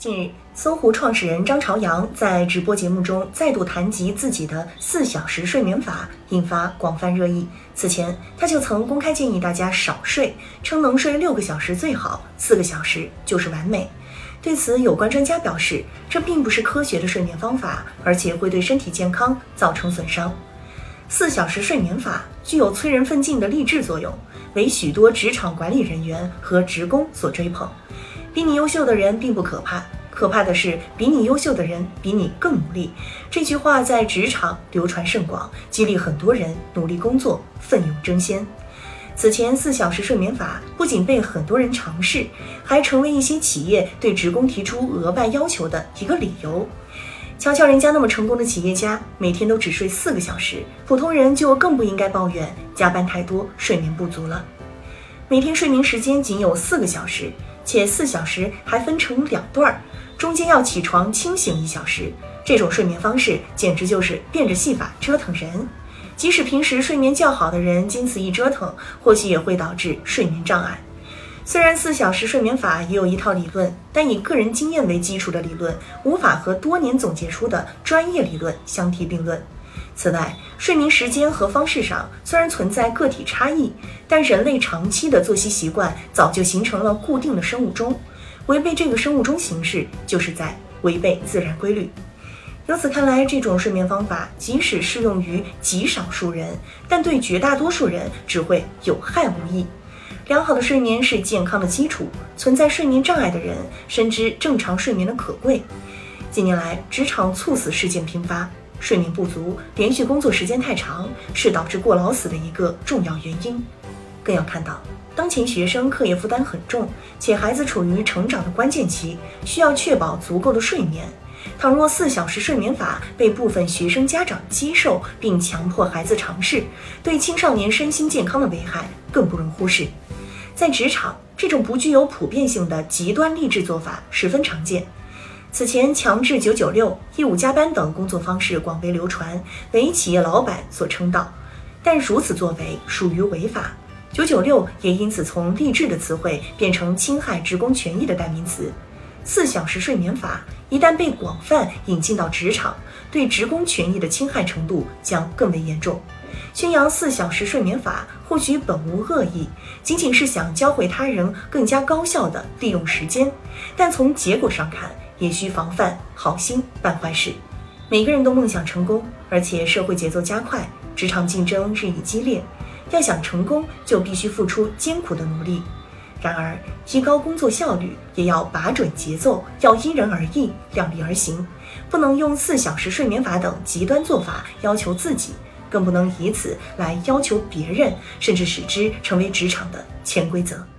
近日，搜狐创始人张朝阳在直播节目中再度谈及自己的4小时睡眠法，引发广泛热议。此前，他就曾公开建议大家少睡，称能睡6个小时最好，4个小时就是完美。对此，有关专家表示，这并不是科学的睡眠方法，而且会对身体健康造成损伤。4小时睡眠法具有催人奋进的励志作用，为许多职场管理人员和职工所追捧。比你优秀的人并不可怕，可怕的是比你优秀的人比你更努力。这句话在职场流传甚广，激励很多人努力工作，奋勇争先。此前4小时睡眠法不仅被很多人尝试，还成为一些企业对职工提出额外要求的一个理由。瞧瞧人家那么成功的企业家，每天都只睡4个小时，普通人就更不应该抱怨加班太多，睡眠不足了。每天睡眠时间仅有4个小时，且4小时还分成2段，中间要起床清醒1小时。这种睡眠方式简直就是变着戏法折腾人。即使平时睡眠较好的人，经此一折腾，或许也会导致睡眠障碍。虽然4小时睡眠法也有一套理论，但以个人经验为基础的理论，无法和多年总结出的专业理论相提并论。此外，睡眠时间和方式上虽然存在个体差异，但人类长期的作息习惯早就形成了固定的生物钟，违背这个生物钟形式，就是在违背自然规律。由此看来，这种睡眠方法即使适用于极少数人，但对绝大多数人只会有害无益。良好的睡眠是健康的基础，存在睡眠障碍的人深知正常睡眠的可贵。近年来，职场猝死事件频发，睡眠不足、连续工作时间太长是导致过劳死的一个重要原因。更要看到，当前学生课业负担很重，且孩子处于成长的关键期，需要确保足够的睡眠。倘若4小时睡眠法被部分学生家长接受并强迫孩子尝试，对青少年身心健康的危害更不容忽视。在职场，这种不具有普遍性的极端励志做法十分常见。此前，强制996、义务加班等工作方式广为流传，为企业老板所称道，但如此作为属于违法。996也因此从励志的词汇变成侵害职工权益的代名词。4小时睡眠法一旦被广泛引进到职场，对职工权益的侵害程度将更为严重。宣扬4小时睡眠法或许本无恶意，仅仅是想教会他人更加高效地利用时间，但从结果上看，也需防范好心办坏事。每个人都梦想成功，而且社会节奏加快，职场竞争日益激烈，要想成功就必须付出艰苦的努力。然而，提高工作效率也要把准节奏，要因人而异，量力而行，不能用4小时睡眠法等极端做法要求自己，更不能以此来要求别人，甚至使之成为职场的潜规则。